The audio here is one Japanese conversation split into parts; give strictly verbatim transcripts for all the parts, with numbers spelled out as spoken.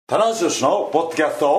棚橋宏のポッドキャスト。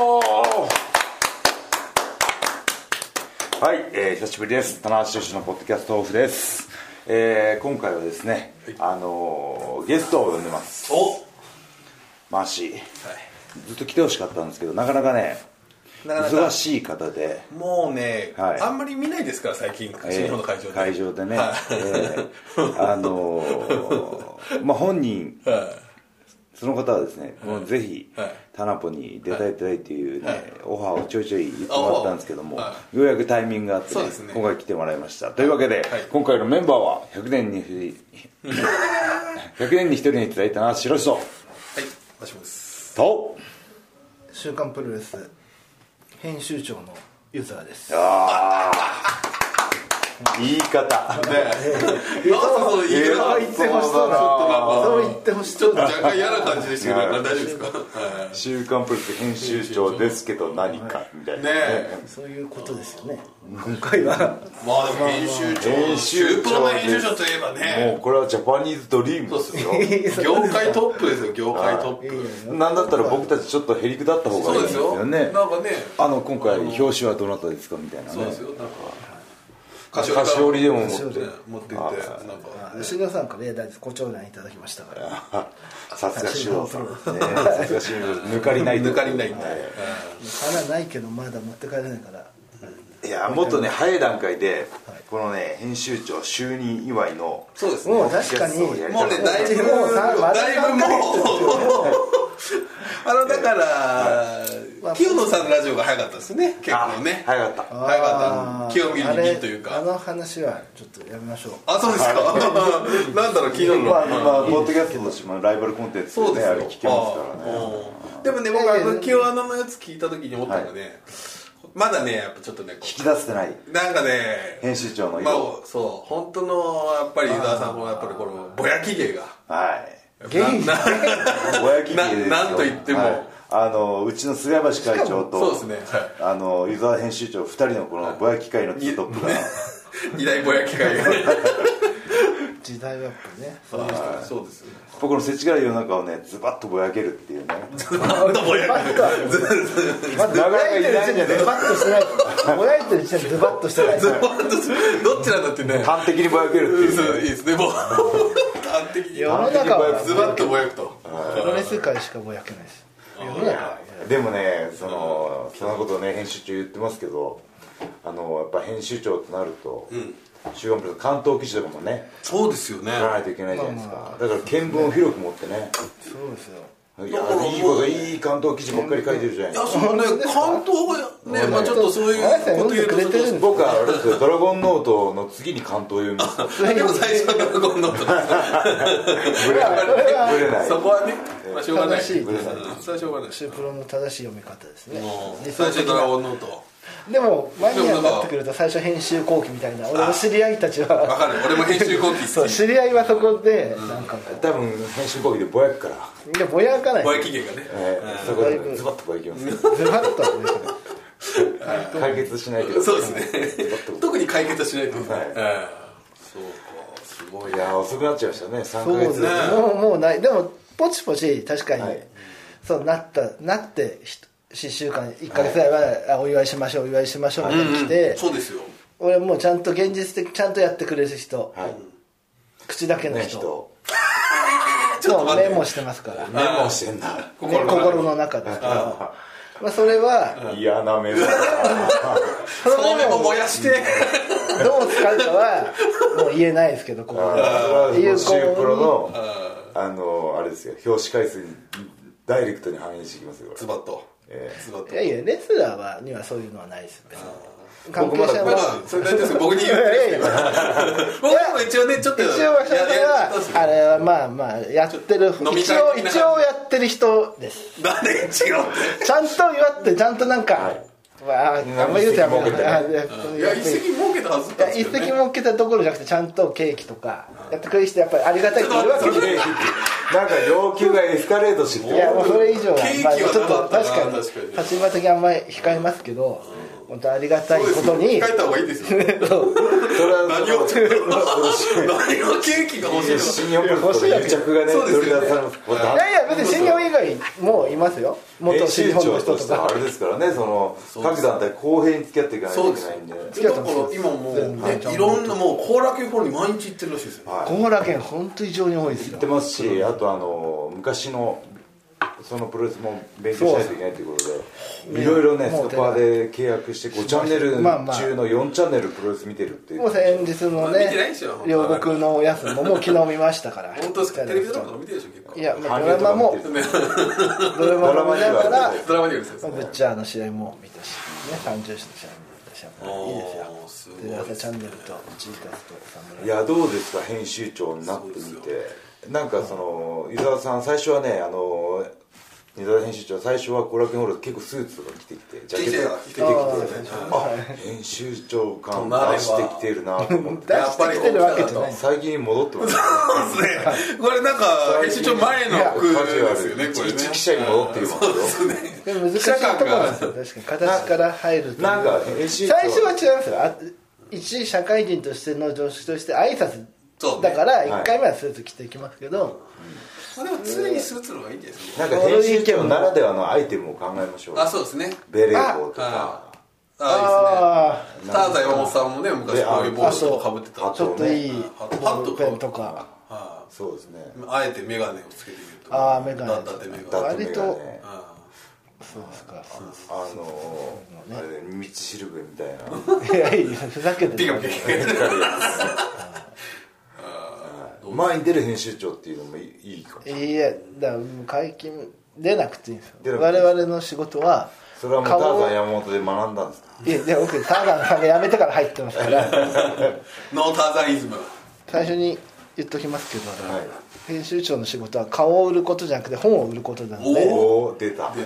はい、えー、久しぶりです。棚橋宏のポッドキャストオフです。えー、今回はですね、はい、あのー、ゲストを呼んでます。 おマーシー、はい、ずっと来てほしかったんですけど、なかなかねなかなか忙しい方でもうね、はい、あんまり見ないですから最近、新日本の会場で、えー、 会場でね、はいえー、あのー、まあ本人、はいその方はですね、はい、ぜひ、はい、タナポに出たい出たいというね、はい、オファーをちょいちょい言ってもらったんですけども、はい、ようやくタイミングがあって、ねね、今回来てもらいました、はい、というわけで、はい、今回のメンバーはひゃくねんにひゃくねんにひとりにいただいた棚橋宏とはいお願いしますと週刊プロレス編集長のユーザーです。 あ言い方ねそう言ってほしそうなそう言ってほしそうなちょっと若干嫌な感じでしたけど大丈夫ですか。 週刊プロレス編集長ですけど何かみたいなねそういうことですよね今回は。 まあでも編集長編集長の編集長といえばねもうこれはジャパニーズドリームですよ。 業界トップですよ業界トップ。 なんだったら僕たちちょっとへりくだった方がいいですよね。 なんかねあの今回表紙はどなたですかみたいなね。 そうですよなんか菓子折りでも持って持って行ってなんか吉野さんからねご長男いただきましたからさすが修道さんさすが修道抜かりない抜かりないんで花ないけどまだ持って帰れないからいやもっとね早い段階でこのね編集長就任祝いのそうですねもう確かにもうねだいぶもうだいぶもうあのだから清野さんのラジオが早かったですね結構ね早かった早かった清見にというかあの話はちょっとやめましょう。 あそうですかなんだろう気になるのまあポッドキャストとしてもライバルコンテンツでねあれ聞けますからね。 でもね僕あの清野のやつ聞いた時に思ったのがねまだねやっぱちょっとね引き出せてないなんかね編集長のまあそう本当のやっぱり伊沢さんもやっぱりこのぼやき芸がはい芸人ぼやき芸ですよ。 なんと言っても、はい、 あのうちの菅橋会長とそうですね、 はい、あの湯沢編集長ふたりのこのぼやき会のツートップが二大ぼやき会が時代はやっぱねそういう人そうですよね。 この世知辛い世の中をねズバッとぼやけるっていうねズバッとぼやけるまずぼやいてるうちにズバッとしてないぼやいてるうちにズバッとしてないズバッとどっちなんだってね端的にぼやけるっていう、 ね、いいですねもう端的に世の中はズバッとぼやくとプロレス界しかぼやけないです世の中でもねそのそんなことをね編集長言ってますけどあのやっぱ編集長となると、うん週刊プロレス関東記事とかもねそうですよねやらないといけないじゃないですか、まあまあ、だから見聞を広く持ってねそうですよいやいいこといい関東記事ばっかり書いてるじゃないですか。 いやそうね関東がねまあちょっとそういうこと言うと僕はあれですよドラゴンノートの次に関東読みますでも最初はドラゴンノートブレないブレないそこはねまあしょうがない正しいそれはしょうがないシュープロの正しい読み方ですね最初ドラゴンノートでもマニアになってくると最初編集後期みたいな俺の知り合いたちは分かる俺も編集後期そう知り合いはそこでなんか多分編集後期でぼやくからいやぼやかないぼやき芸がねそこでズバッとぼやきますズバッと解決しないけどそうですね特に解決はしないとそうかすごいいや遅くなっちゃいましたねさんかげつもうもうないでもポチポチ確かにそうなったなっていっしゅうかんいっかげつぐらいはお祝いしましょうお祝いしましょうみたいに来てそうですよ俺もうちゃんと現実的ちゃんとやってくれる人口だけの人もうメモしてますからメモしてんだ心の中ですからまあそれは嫌なメモだそのメモ燃やしてどう使うかはもう言えないですけどここで有効にプロのあのあれですよ表紙回数にダイレクトに反映してきますよズバッとえー、いやいやレスラーはにはそういうのはないですよ関係者はそれ大丈夫です僕に言ってるんですけど僕も一応ねちょっと一応それはあれはまあまあやってる一応一応やってる人ですなんで違うってちゃんと祝ってちゃんとなんか、はいああんまり言うとやめろいや一石儲けたはずだったんですよね一石儲けたところじゃなくてちゃんとケーキとかやってくれる人やっぱりありがたいっているわけですなんか要求がエスカレートしていやもうそれ以上はケーキはちょっと確かに確かに立場的にあんまり控えますけど本当ありがたいことに控えた方がいいですよ。何を何をケーキが欲しいの？ 新日本プロレスの癒着がね取り出されます。 いやいや別に新日本以外もいますよ。元新日本の人とか。 あれですからね、その各団体公平に付き合っていかないといけないんで。 付き合ってます。 今もういろんなもう後楽園ホールに毎日行ってるらしいですよ。 後楽園本当異常に多いですよ。 行ってますし、あとあの昔のそのプロレスも勉強しないといけないということで、いろいろねストッパーで契約してごチャンネル中のよんチャンネルプロレス見てるっていう。 もう先日のね両国のやつももう昨日見ましたから。 本当ですか？テレビドラマ見てるでしょ結構。 いやドラマもドラマも見ながらドラマにですね。 ブッチャーの試合も見たしね、三重師の試合も見たし、いいですよ。テレ朝チャンネルとジータスと侍。 いやどうですか編集長になってみて。なんかその伊沢さん最初はねあの伊沢編集長最初は後楽園ホール結構スーツとか着てきてジャケット着てきてあ編集長感出してきてるなと思って出してきてるわけじゃない最近戻ってますそうですねこれなんか編集長前の服ですよねこれね一記者に戻っていますよでも難しいところなんですよ確かに形から入るとなんか編集長最初は違いますよ一社会人としての常識として挨拶だからいっかいめはスーツ着ていきますけどでも常にスーツの方がいいんじゃないですか。 なんか編集長ならではのアイテムを考えましょう。 あ、そうですね。 ベレー帽とか。 ああ、いいですね。ターザ山本さんもね昔こういう帽子とか被ってた。 ちょっといいボールペンとか。 そうですね。 あえてメガネをつけてみると。 ああメガネ。 割と。そうですか。 あのあれ道しるべみたいな。 いやいやふざけて。 ピカピカ。 前に出る編集長っていうのもいいかもしれない。 いやだから解禁出なくていいんですよ。我々の仕事はそれはもうターザン山本で学んだんですか。 いやでも僕ターザンさんが辞めてから入ってますからノーターザンイズム最初に言っときますけど、はい、編集長の仕事は顔を売ることじゃなくて本を売ることなのでおお出た、 はい、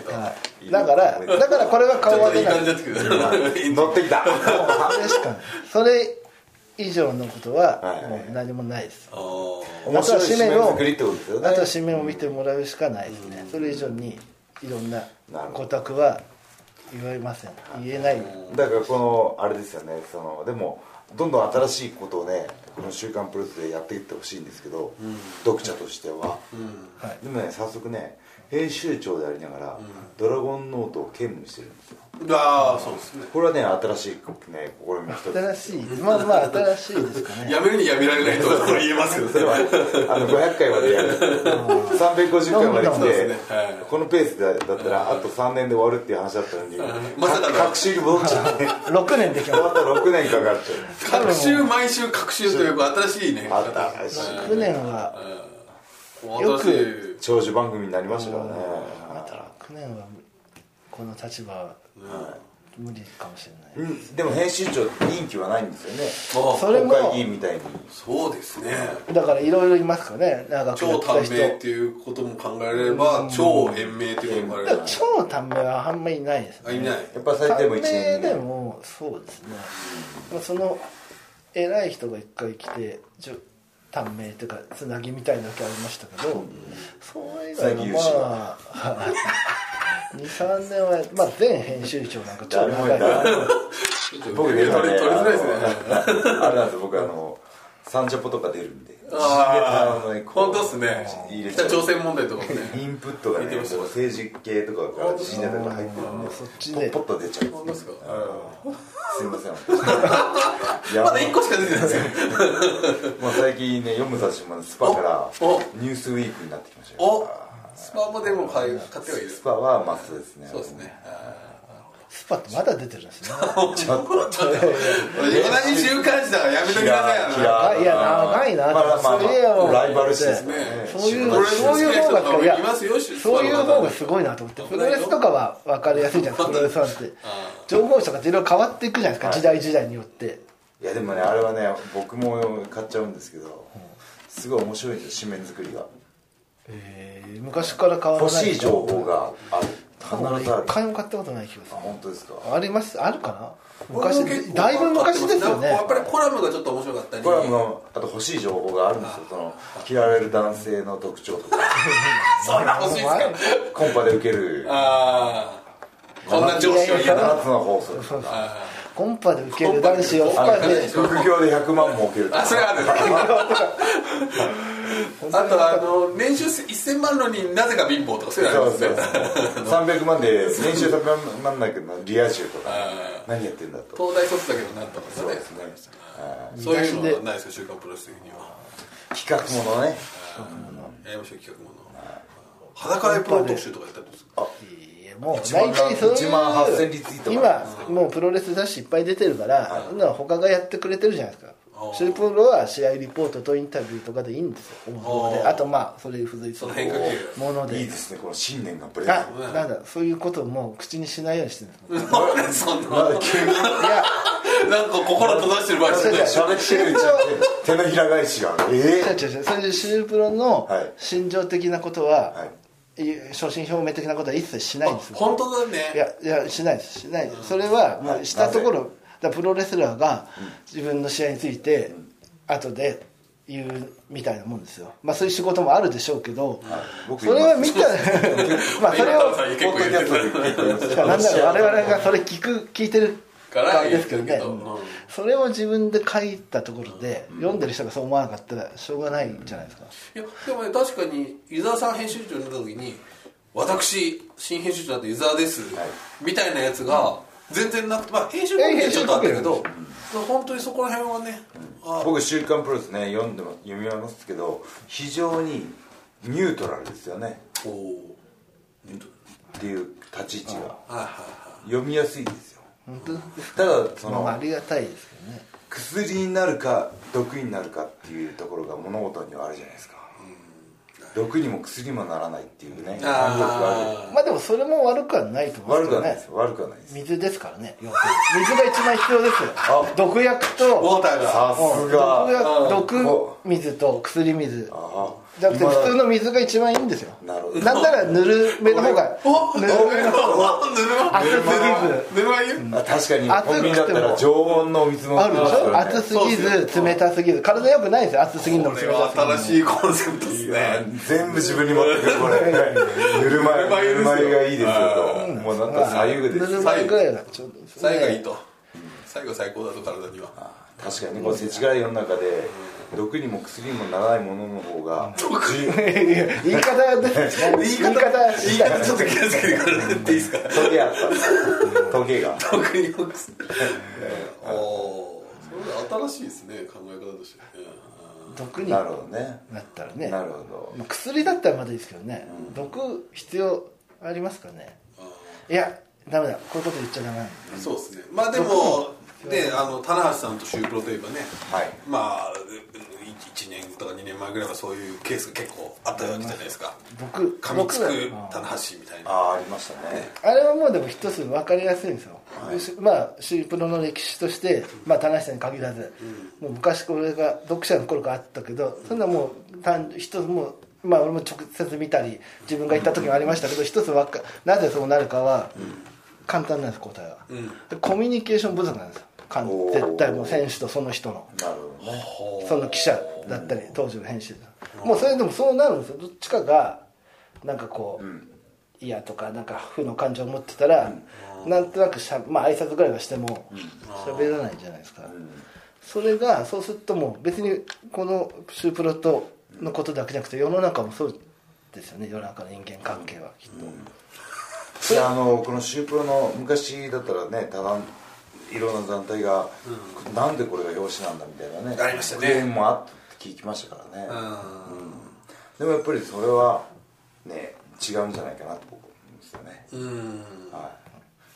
だからだからこれは顔は出ない乗ってきた確かにそれ以上のことはもう何もないです、はい、あとは紙面を、ね、あとは紙面を見てもらうしかないですね、うん、それ以上にいろんなごたくは言えません言えないだからこのあれですよねそのでもどんどん新しいことをねこの週刊プロレスでやっていってほしいんですけど、うん、読者としては、うんはい、でもね早速ね編集長でありながら、うん、ドラゴンノートを兼務してるんですよ。 ああそうですね。 これはね新しいね試みの一つ。 新しいまあまあ新しいですかね。 やめるにやめられないと言えますけどそれはあのごひゃっかいまでやるさんびゃくごじゅっかいまで来て、ねはい、このペースだったらあとさんねんで終わるっていう話だったのにまさか隔週に戻っちゃってろくねんできます。 またろくねんかかっちゃう。隔週毎週隔週というか新しいね新しいろくねんはよく長寿番組になりましたからね。 またろくねんはこの立場は無理かもしれない、 うん、でも編集長任期はないんですよね。 それも国会議員みたいに。 そうですね。 だからいろいろいますからね。 超短命っていうことも考えれば、うん、超延命っていうことも考えれば超短命はあんまりいないですね。 あいない。やっぱ最低もいちねん短命でもそうですね、うん、その偉い人が一回来て短命というかつなぎみたいな時ありましたけど、うん、それ以外のまあにさんねんは、まあ、前編集長なんかちょっと長いから僕ね、 取りづらいですね。 あれなんですよ、僕あのサンジャポとか出るんでああ、本当っすね。北朝鮮問題とかもねインプットがね、政治系とかから新ネタが入ってるんでそっちでポッと出ちゃう。 本当ですか。 すいませんまだいっこしか出てないですよ。 もう最近ね、読む雑誌もスパからニュースウィークになってきましたよ。 スパもでも買ってはいる。 スパはマストですね。 そうですね。 スパってまだ出てるんですね。 ちょっとちょっと同じ週刊誌だからやめときなさいよ。 いや長いな。 まあまあライバル誌ですね。 そういうそういう方がいやそういう方がすごいなと思って。プロレスとかは分かりやすいじゃないですか。プロレスファンって情報誌とかいろいろ変わっていくじゃないですか。時代時代によって。 いやでもねあれはね僕も買っちゃうんですけど、すごい面白いんですよ紙面作りが。 えー、昔から変わらない。 欲しい情報がある。 必ずある。一回も買ったことない気がする。 あ、本当ですか。 ありますあるかな。昔だいぶ昔ですよね。 やっぱりコラムがちょっと面白かったり。 コラムのあと欲しい情報があるんですよ。その嫌われる男性の特徴とか。 そんな欲しいですか。 コンパで受ける。 ああ。コンんな上司はいいな。 ななつの法則とかコンパで受ける男子をスパで副業でひゃくまんも受けるとかあそれあるあとあの年収せんまんのになぜか貧乏とかそういうのありますね。 さんびゃくまんで年収さんびゃくまんだけどリア充とか何やってんだと。 東大卒だけどなんとかそうですね。 そういうのはないですか、週刊プロレス的には。 企画ものね。 やりましょう、企画もの。裸でプロ特集とかやったんですか。 もう大体そういういちまんはっせんリツイート今もうプロレス雑誌いっぱい出てるから今他がやってくれてるじゃないですか。シュープロは試合リポートとインタビューとかでいいんですよ。であとまあそれに付随するものでいいですね、この信念がブレあなんだそういうことをもう口にしないようにしてるんです。 なんでそんな。いやなんか心閉ざしてる場合じゃないでしょ。 喋ってるうちに手のひら返しがええ違う違う違うそれでシュープロの心情的なことは初心表明的なことは一切しないんですよ。 本当だね。 いやいやしないですしないです。それはもうしたところだプロレスラーが自分の試合について後で言うみたいなもんですよ。まあそういう仕事もあるでしょうけど、それは見たまあそれをなんだろう我々がそれ聞く聞いてるからですけどね。それを自分で書いたところで読んでる人がそう思わなかったらしょうがないじゃないですか。 いやでもね確かに湯沢さん編集長になった時に私新編集長だって湯沢ですみたいなやつが全然なくて、まあ編集関係ちょっとあったけど本当にそこら辺はね、 僕週刊プロレスね読んでも読みますけど非常にニュートラルですよね。おっていう立ち位置が読みやすいですよ。 本当ただそのありがたいですけどね。 薬になるか毒になるかっていうところが物事にはあるじゃないですか。毒にも薬にもならないっていうね。 あまあでもそれも悪くはないと思うんですけどね。悪くはないです。 悪くはないです。 水ですからね。水が一番必要ですよ。毒薬とウォーターがさすが毒水と薬水。だって普通の水が一番いいんですよ。 なるほど。 なんならぬるめの方がぬるめの方が熱すぎず。 ぬるま湯？ 確かにコンビニだったら常温のお水もあるでしょ。熱すぎず冷たすぎず体良くないですよ。熱すぎるのも冷たすぎる。 これは新しいコンセプトですね。 全部自分に持ってくるこれ。ぬるま湯ぬるま湯がいいですよと。もうなんか左右です。 ぬるま湯ぐらいがちょうど最後がいいと。最後最高だと体には。 確かにこう世知辛い世の中で毒にも薬にもならないものの方が言い方ですね。 言い方言い方ちょっと気をつけてくれっていいですか。 トゲあったトゲが毒にも薬ああそれ新しいですね考え方として。 毒になるほどね。 なったらね。 なるほど。 薬だったらまだいいですけどね。毒必要ありますかね。いやダメだこういうこと言っちゃダメなんで。 そうですね。まあでもであの棚橋さんとシュープロといえばね、はい、まあいちねんとかにねんまえぐらいはそういうケースが結構あったわけじゃないですか。 僕噛みつく棚橋みたいな。 ああありましたね。 あれはもうでも一つ分かりやすいんですよ。はい、まあシュープロの歴史としてまあ棚橋さんに限らず、うん、もう昔これが読者の頃からあったけど、そんなもう単一つもまあ俺も直接見たり自分が行った時もありましたけど、一つわかなぜそうなるかは簡単なんです答えは。うん、コミュニケーション不足なんですよ。絶対もう選手とその人のなるほど、ね、 その記者だったり当時の編集者もうそれでもそうなるんですよ。どっちかがなんかこう、うん、嫌とかなんか負の感情を持ってたら、うん、なんとなくしゃ、まあ挨拶ぐらいはしても喋らないじゃないですか、うん、それがそうするともう別にこのシュープロとのことだけじゃなくて世の中もそうですよね。世の中の人間関係はきっと、 うん、あのこのシュープロの昔だったらねただいろんな団体が、うん、なんでこれが表紙なんだみたいなねありましたね。 クレームもあって聞きましたからね、うんうん、でもやっぱりそれはね違うんじゃないかなと僕思うんですよね、うんはい、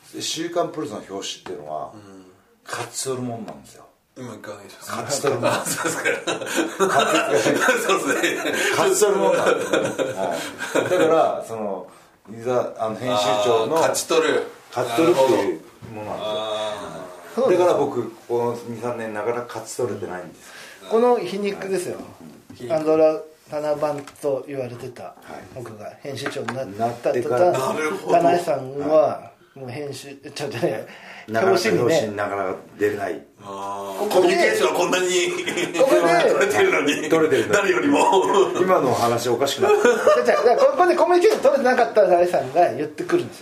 で週刊プロレスの表紙っていうのは、うん、勝ち取るもんなんですよ。 今いかがでしょうか。 勝ち取るもんなんですそうですか。勝ち取るもんなんですよ、はい、だからそのいざあの編集長の勝ち取る勝ち取るっていうものなんですよ。だから僕この にさんねんなかなか勝ち取れてないんです。 この皮肉ですよ、はい、アンドラ棚番と言われてた、はい、僕が編集長になった途端棚橋さんはもう編集ちょっとね表紙にねなかなか出れない。 あコミュニケーションはこんなにここで取れてるのに取れてる誰よりも今の話おかしくなってここでコミュニケーション取れてなかったら棚橋さんが言ってくるんですよ。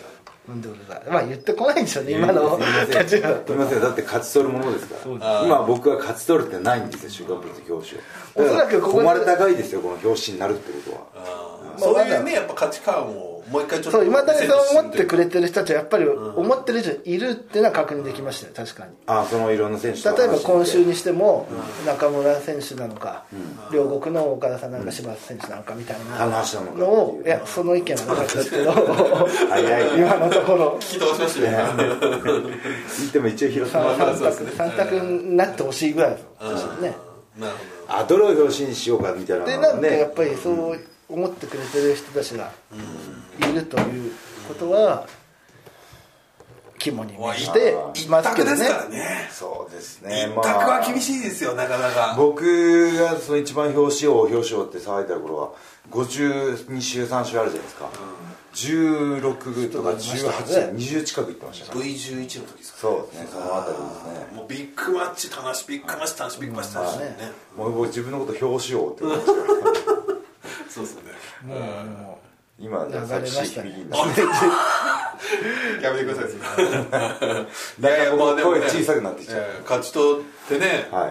なんで俺がまあ言ってこないんでしょうね今の立場だと。すみません、だって勝ち取るものですから今僕は勝ち取るってないんですよ週刊プロレス表紙を。おそらくここで誉れ高いですよこの表紙になるってことは。 そういうねやっぱ価値観をもう一回ちょっとそう今だにそう思ってくれてる人たちはやっぱり思ってる人いるっていうのは確認できましたよ確かに。 あそのいろんな選手例えば今週にしても中村選手なのか、うん、両国の岡田さんなのか柴田選手なのかみたいなのをいやその意見はなかったですけど今のところ聞き通しましたよね言っても一応広島さん択になってほしいぐらいですね。 なるほど。あどれを表紙にしようかみたいなでなんかやっぱりそう思ってくれてる人たちがいるということは肝に銘じてますけどね。一択ですからね。 そうですね。 一択は厳しいですよなかなか。 僕がその一番表紙を表紙をって騒いだ頃はごじゅうに週さん週あるじゃないですか。じゅうろくとかじゅうはち、にじゅう近く行ってましたから。 ブイじゅういち の時ですか。 そうですね。そのあたりですね。 もうビッグマッチ田無ビッグマッチ田無ビッグマッチ田無ね。 もう僕自分のこと表紙をって思ってましたから。 そうですね。 もうもう今流れましたね。 やめてください。 いやいやもう声小さくなってきちゃう。 勝ち取ってね。 はい。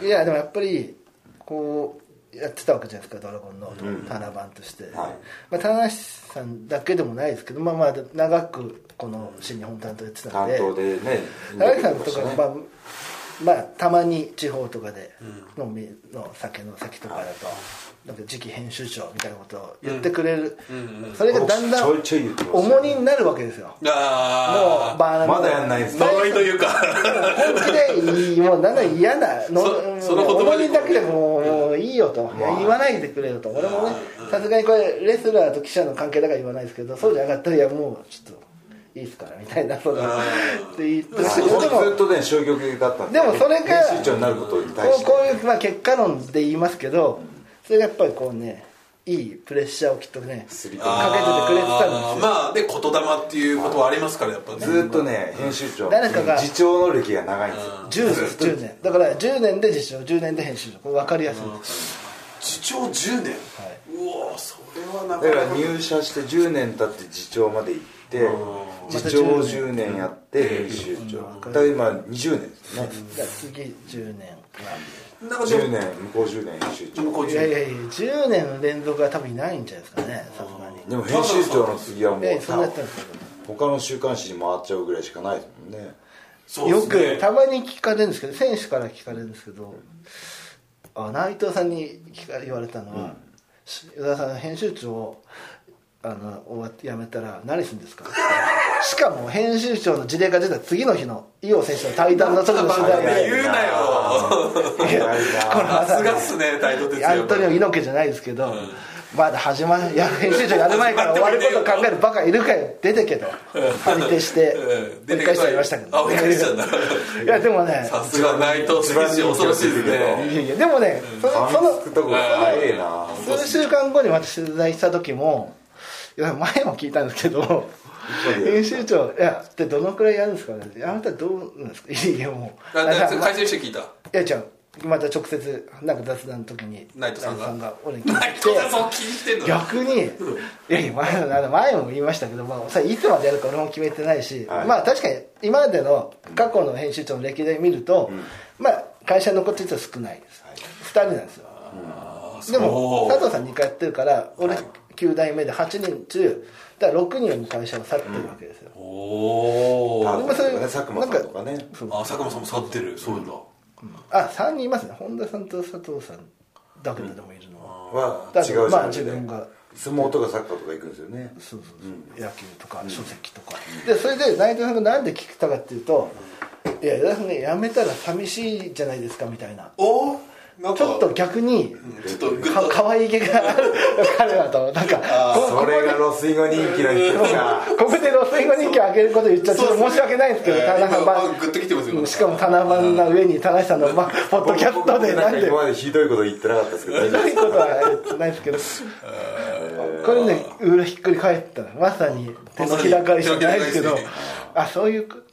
いやでもやっぱりこうやってたわけじゃないですかドラゴンの棚番として。まあ田無さんだけでもないですけど、まあまあ長くこの新日本担当やってたんで。 担当でね。 田無さんとかまあまあたまに地方とかで飲みの酒の席とかだと。なんか次期編集長みたいなことを言ってくれる、うんうん、それがだんだん重荷になるわけですよ。 あもうバーまだやんないですね。呪いというか本気でもうだんだん嫌なのその言葉重荷だけでもう、もういいよと、まあ、言わないでくれよと。俺もねさすがにこれレスラーと記者の関係だから言わないですけど、そうじゃなかったらいやもうちょっといいですからみたいなそのって言ってずっとね消極的だったんでもそれが編集長になることに対してこういう、まあ、結果論で言いますけどそれがやっぱりこうねいいプレッシャーをきっとねかけててくれてたんですよ。 まあで言霊っていうことはありますからやっぱねずっとね編集長誰かが次長の歴が長いんですよ。 じゅうねんじゅうねんだからじゅうねんで次長じゅうねんで編集長これ分かりやすいです。 次長じゅうねん、はい、うわそれはなかなかだから入社してじゅうねん経って次長まで行って次長じゅうねんやって編集長だから今にじゅうねんですね。 次じゅうねんじゅうねん向こうじゅうねん編集長いやいやいやじゅうねん連続は多分いないんじゃないですかねさすがに。 でも編集長の次はもうそんなやったんですけど他の週刊誌に回っちゃうぐらいしかないですもんね。 そうですねよくたまに聞かれるんですけど選手から聞かれるんですけどあ内藤さんに聞か言われたのは与田、うん、さん編集長あの終わって辞めたら何するんですかしかも編集長の事例が出た次の日の伊尾選手の対談の時の取材で言うなよさすがっすね態度ですよアントニオ猪木じゃないですけど、うんまだ始まるや編集長やる前から終わることを考えるバカいるかよ出てけと張り手して折り返してありましたけど、 あ折り返したんだいやでもねさすが内藤選手恐ろしいですね。 いやいやでもねそのその数週間後に私取材した時もいや前も聞いたんですけど編集長いやってどのくらいやるんですかねあなたどうなんですかいやもう解説して聞いたいや違うまた直接なんか雑談の時に内藤さんが, が俺に聞いて内藤さんそう聞いてんの逆にいやいや前, 前も言いましたけど、まあ、それいつまでやるか俺も決めてないし、はい、まあ確かに今までの過去の編集長の歴代見ると、うん、まあ会社の残ってる人は少ないです、はい、ふたりなんですよ、うん、でも佐藤さんにかいやってるから俺きゅう代目ではちにん中だからろくにんの会社を去ってるわけですよ、うん、 おおでもそれ佐久間さんとかねあ佐久間さんも去ってるそうだ、 あさんにんいますね本田さんと佐藤さんだけでもいるのは、うん、違うじゃん、 まあ、自分が相撲とかサッカーとか行くんですよね。 そうそうそう、うん、野球とか書籍とか、うん、でそれで内藤さんがなんで聞いたかっていうと、いや与田さんね辞めたら寂しいじゃないですかみたいなおなんかちょっと逆に、 うん、ちょっとか可愛げがある彼らとなんかそれがロスイゴ人気の人がここでロスイゴ人気を上げること言っちゃちょっと申し訳ないんですけど、 棚番グッときてますよ。 しかも棚番の上に田中さんの、まあ、ポッドキャストでなんで今までひどいこと言ってなかったですけどひどいことは言ってないですけどこれね裏ひっくり返ったらまさに手のひら返しじゃないですけどあそういうこ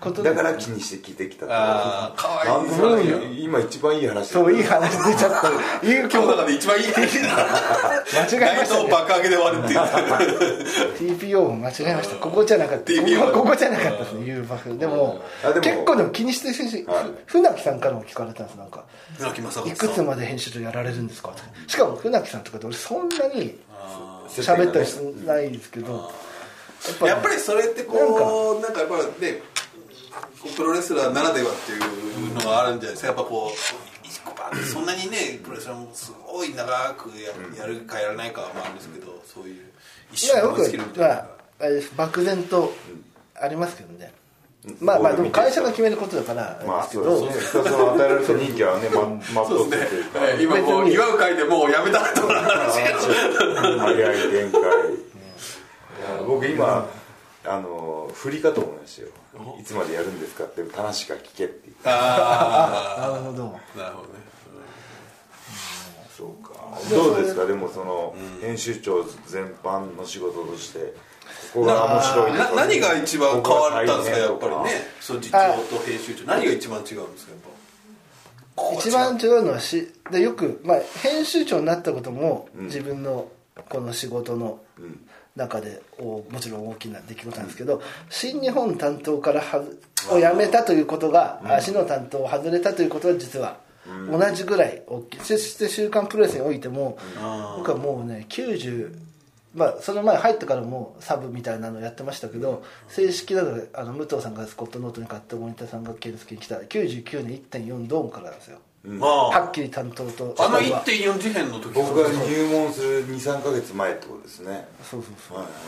ことだから気にして聞いてきた。 ああ、かわいい。 なんとなく今一番いい話。 そう、いい話出ちゃった。 今日の中で一番いい話だ。 間違えました、ね。 内藤爆上げで終わるっていう。 ティーピーオー も間違えました。ここじゃなかった。ここ、ここじゃなかったですね、ユーバフ。でも、でも結構でも気にしてるし、船木さんからも聞かれたんです、なんか。 船木正和さん。 いくつまで編集長やられるんですかって。しかも船木さんとかって俺そんなに喋ったりしないですけど。 やっぱりそれってこうなんかやっぱりねプロレスラーならではっていうのがあるんじゃないですか。やっぱこうそんなにねプロレスラーもすごい長く や, やるかやらないかはまああるんですけど、そういう一瞬思いつけるみたいな、まあ、 漠然とありますけどね。まあまあでも会社が決めることだからまあそうですね。その与えられた任期はねまっとうっていうか、 今もう祝う会でもうやめたところの話が早い限界。僕今あの振りかと思いましたよ。いつまでやるんですかって話が聞けって言って。 ああなるほどなるほどね、 うん、そうか。どうですか。でもその、うん、編集長全般の仕事としてここが面白いです。 な何が一番変わったんですか。やっぱりね、そう実況と編集長何が一番違うんですか。やっぱ一番違うのはしでよく、まあ、編集長になったことも、うん、自分のこの仕事の、うん中でもちろん大きな出来事なんですけど、新日本担当からはを辞めたということが、うん、足の担当を外れたということは実は同じぐらい大きい。そして週刊プロレスにおいても、うん、僕はもうねきゅうじゅう、まあその前入ってからもサブみたいなのをやってましたけど、正式だとあの武藤さんがスコットノートに買って森田さんがケルスケに来たきゅうじゅうきゅうねん いってんよん ドーンからなんですよ。まあ、はっきり担当とあの いってんよん 事変の時僕が入門する にさんかげつまえってことですね。 そうそうそう、はい、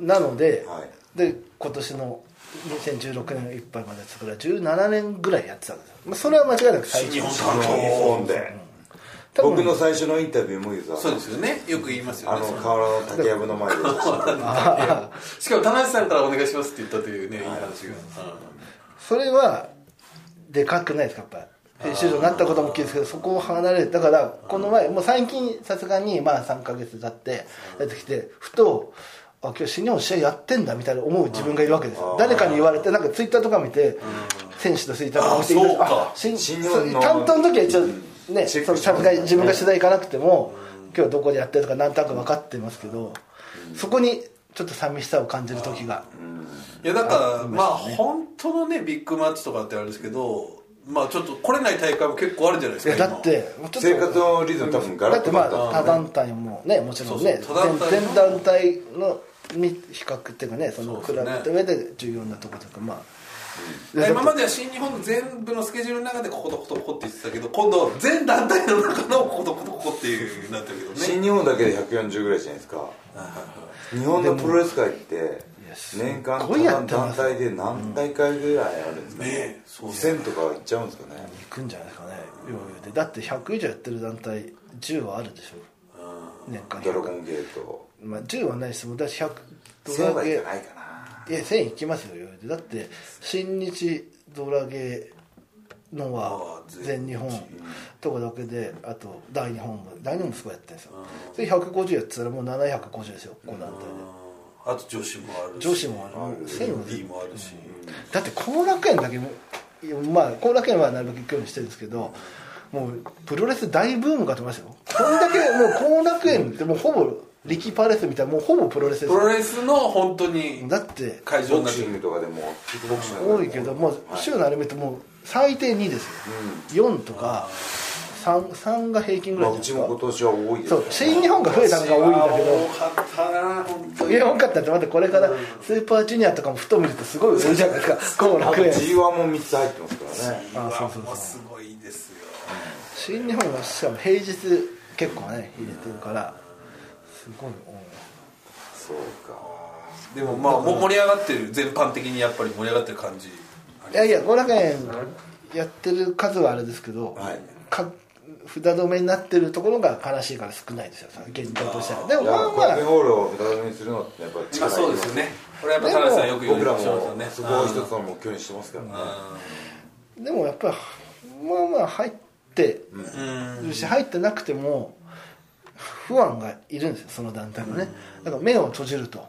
なので、はい、で今年のにせんじゅうろくねんいっぱいまでですからじゅうななねんぐらいやってたんですよ、まあ、それは間違いなく最初新日本で、うん、僕の最初のインタビューも言うとそうですよね、よく言いますよね。 あの河原の竹やぶの前でしかも田中さんからお願いしますって言ったというね、はい、いい話が、うん、 それはでかくないですか。やっぱり編集長になったことも大きいですけど、そこを離れる。だからこの前もう最近さすがにまあさんかげつ経ってやってきて、ふとあ今日新日本試合やってんだみたいな思う自分がいるわけですよ。誰かに言われてなんかツイッターとか見て選手とツイッターとか見ているあ新日本の担当の時は一応ねさすがに自分が取材行かなくても今日どこでやってるとか何となく分かってますけど、そこにちょっと寂しさを感じる時がいやだからまあ本当のねビッグマッチとかってあるんですけど、まあちょっと来れない大会も結構あるじゃないですか。 だって生活のリズム多分ガラッとだってまあ他団体もねもちろんね全団体の比較っていうかねその比べた上で重要なところとかまあ、 うん、今までは新日本全部のスケジュールの中でこことこことここって言ってたけど、今度全団体の中のこことこことここっていうなってるけどね。 新日本だけでひゃくよんじゅうぐらいじゃないですか。日本のプロレス界って年間団体で何大会ぐらいあるんですかね。にせんとかいっちゃうんですかね。 いくんじゃないですかね。でだってひゃく以上やってる団体じゅうはあるでしょ。年間ドラゴンゲート、 まあ、じゅうはないですもん。だってひゃくせんはいかないかな。 いやせんいきますよ。だって新日ドラゲーのは全日本とかだけで、あと大日本も大日本もすごいやってるんですよ。それひゃくごじゅうやってたらもうななひゃくごじゅうですよ、この団体で。 あと女子もあるし女子もあるしエムディー もあるし、 だって後楽園だけもまあ後楽園はなるべく行くようにしてるんですけど、もうプロレス大ブームかと思いますよ。こんだけもう後楽園ってもうほぼ力パレスみたいなもうほぼプロレスですよ。 プロレスの本当にだって会場になってる。 ボクシングとかでもキックボクシング多いけどもう週のあれ見るともう最低にですよ、うん、よんとかさん, さんが平均ぐらいですか。 まあ、うちも今年は多いです、ね、 そう新日本が増えたのが多いんだけど、 多かったな本当に。 いや多かったって、またこれからスーパージュニアとかもふと見るとすごい売れるじゃないですか。後楽園ジーワン もみっつ入ってますからね。 あそうそうそうすごいですよ。 新日本はしかも平日結構ね入れてるからすごい多い。 そうか。 でもまあ盛り上がってる、全般的にやっぱり盛り上がってる感じ。 いやいや後楽園やってる数はあれですけど、はい、か札止めになってるところが悲しいから少ないですよ現状としては。でもまあまあコンペホールを札止めにするのってやっぱり力いります。 そうですよね。これやっぱ田中さんよく言う僕らもそこを一つの目標にしてますからね。 でもやっぱりまあまあ入ってるし、入ってなくても不安がいるんですよその団体もね。だから目を閉じると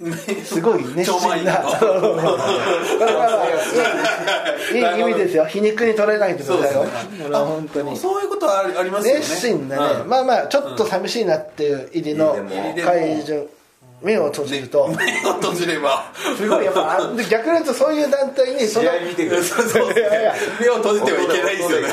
すごい熱心ないい意味ですよ、皮肉に取れないってことだよ。本当にそういうことはありますよね。 熱心でね、うん、まあまあちょっと寂しいなっていう入りの会場、目を閉じると目を閉じればすごいやっぱ逆に言うとそういう団体にその試合見てください。そう目を閉じてはいけないですよね。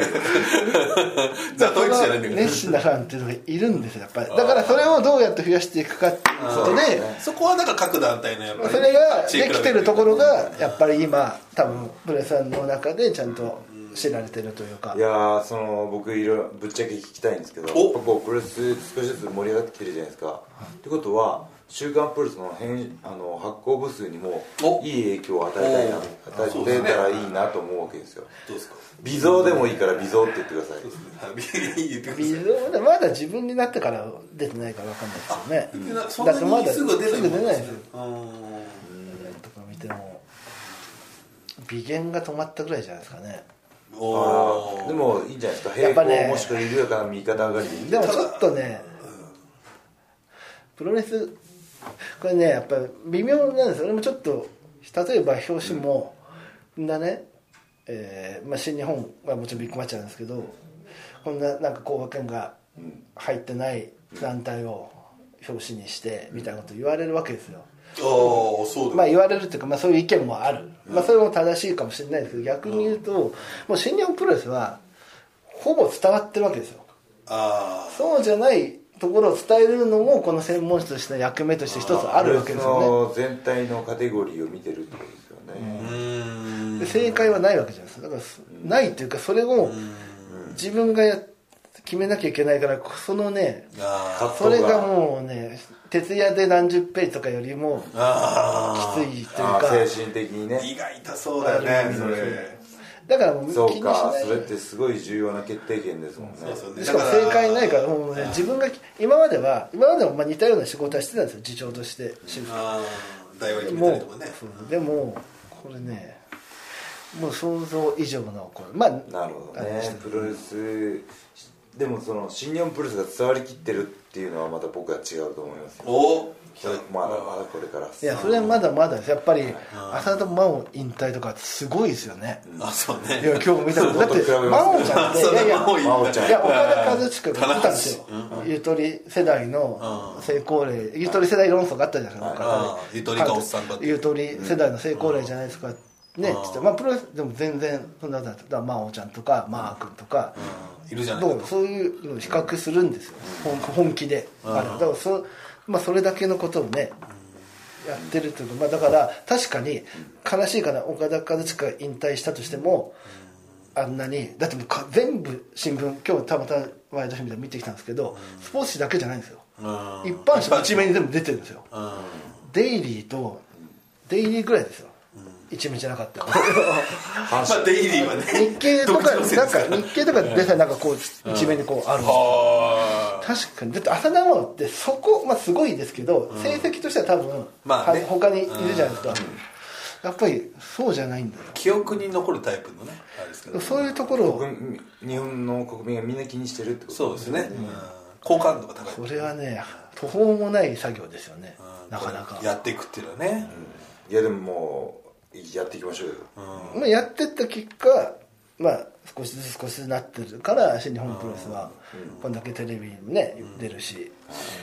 じゃあドイツじゃないんだけど熱心なファンっていうのがいるんですよやっぱり。だからそれをどうやって増やしていくかっていうことで、 そこはなんか各団体のやっぱりそれができてるところがやっぱり今多分プロレスさんの中でちゃんと知られてるというか。 いやその僕いろいろぶっちゃけ聞きたいんですけど、こうプロレス少しずつ盛り上がってきてるじゃないですか。ってことは週刊プロレスの編あの発行部数にもいい影響を与えたいな、与えたらいいなと思うわけですよ。 どうですか。 微増でもいいから微増って言ってください。 微増でまだ自分になってから出てないから分かんないですよね。 そんなにすぐ出ないですよ。とか見ても微減が止まったぐらいじゃないですかね。 あでもいいんじゃないですか。平行、ね、もしくは緩やかな右肩上がりで。 でもちょっとねプロレスこれねやっぱり微妙なんですよ。俺もちょっと例えば表紙もんなね、えーまあ、新日本はもちろんビッグマッチなんですけど、こんななんか後楽園が入ってない団体を表紙にしてみたいなこと言われるわけですよ。 あそうだ、 まあ言われるっていうか、まあ、そういう意見もある、まあ、それも正しいかもしれないですけど、逆に言うともう新日本プロレスはほぼ伝わってるわけですよ。 あそうじゃないところを伝えるのもこの専門誌としての役目として一つあるわけですよね。全体のカテゴリーを見てるってことですよね。 うんで正解はないわけじゃないですか。だからないっていうかそれを自分がや決めなきゃいけないから、そのねそれがもうね徹夜で何十ページとかよりもきついというか精神的にね胃が痛そうだよねそれ。 だからもう気にしない。 そうか、それってすごい重要な決定権ですもんね。そうそうね、 しかも正解ないからもう、ね、自分が今までは今までもまあ似たような仕事はしてたんですよ、次長として。 あ台湾決めたりとかね。 でもこれねもう想像以上のこれまあなるほどね。プロレスでもその新日本プロレスが伝わりきってるっていうのはまた僕は違うと思いますよ。 おまだまだこれから。 いやそれはまだまだです。やっぱり浅田真央引退とかすごいですよね。 あそうね。 いや今日見たことだって真央ちゃんっていやいや真央ちゃんいや岡田和親が言ってたんですよ。ゆとり世代の成功例、ゆとり世代論争があったじゃないですか。 ゆとりかおっさんか。 ゆとり世代の成功例じゃないですか。ねつってまあプロレスでも全然そんなことない。だから真央ちゃんとかマー君とかいるじゃないですか。 そういうのを比較するんですよ。本気で。だからそまあそれだけのことをね。やってるというか、まあ、だから確かに悲しいかな、岡田和親が引退したとしてもあんなにだってもうか全部新聞今日たまたまワイドショーで見てきたんですけど、スポーツ紙だけじゃないんですよ。一般紙の一面に全部出てるんですよ。デイリーとデイリーぐらいですよ、一面じゃなかったまあデイリーはね日経とかなんか日経とかでさなんかこう一面にこうあるんですよ。確かにだって浅田真央ってそこ、まあ、すごいですけど、うん、成績としては多分、まあね、他にいるじゃないですか、うん、やっぱりそうじゃないんだよ。 記憶に残るタイプのねあれですけど、 そういうところを日本の国民がみんな気にしてるってことそうですね、うん、好感度が高い。 これはね途方もない作業ですよね、うん、なかなかやっていくっていうのはね、 うん、いやでももうやっていきましょうよ、 うんまあ、やってった結果まあ少しずつ少しずつなってるから新日本プロレスはこんだけテレビにね出るし、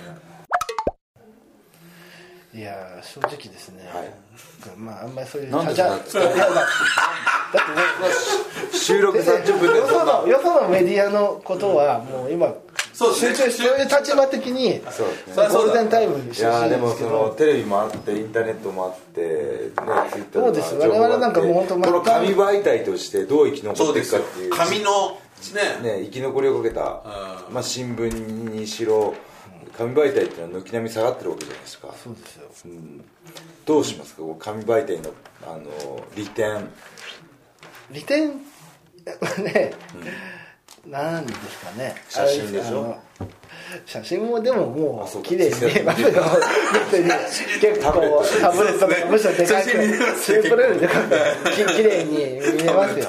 いや正直ですね、はい、まああんまりそういうなんでだってね収録さんじゅっぷんでよそのよそのメディアのことはもう今そう集中してそういう立場的にゴールデンタイムにしてほしいんですけど、いやでもそのテレビもあってインターネットもあって、ね、ツイッターもあってそうです。我々なんかもう本当この紙媒体としてどう生き残っていくかっていう紙のね、ね生き残りをかけた、まあ、新聞にしろ紙媒体っていうのは軒並み下がってるわけじゃないですか。 そうですよ、 うん、どうしますか紙媒体の、あの利点利点ね、うん、なんですかね。 写真でしょ。 写真もでももう綺麗に見えますよ。結構タブレットとかむしろでかくシンプルでかく綺麗に見えますよ。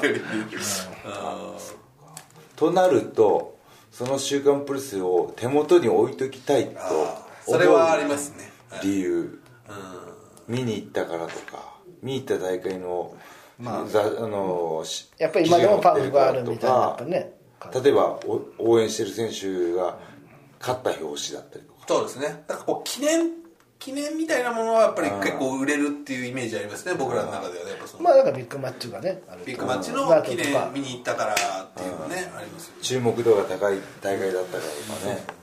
となるとその週刊プレスを手元に置いときたいとそれはありますね。 理由うん、見に行ったからとか見に行った大会の、まあ、あのやっぱり今でもパンがあるみたいなやっぱね、 例えば応援してる選手が勝った表紙だったりとか。 そうですね。なんかこう記念記念みたいなものはやっぱり結構売れるっていうイメージありますね、僕らの中ではね。やっぱそのまあだからビッグマッチがねある、 ビッグマッチの記念見に行ったからっていうのね、ありますよね。 注目度が高い大会だったから今ね、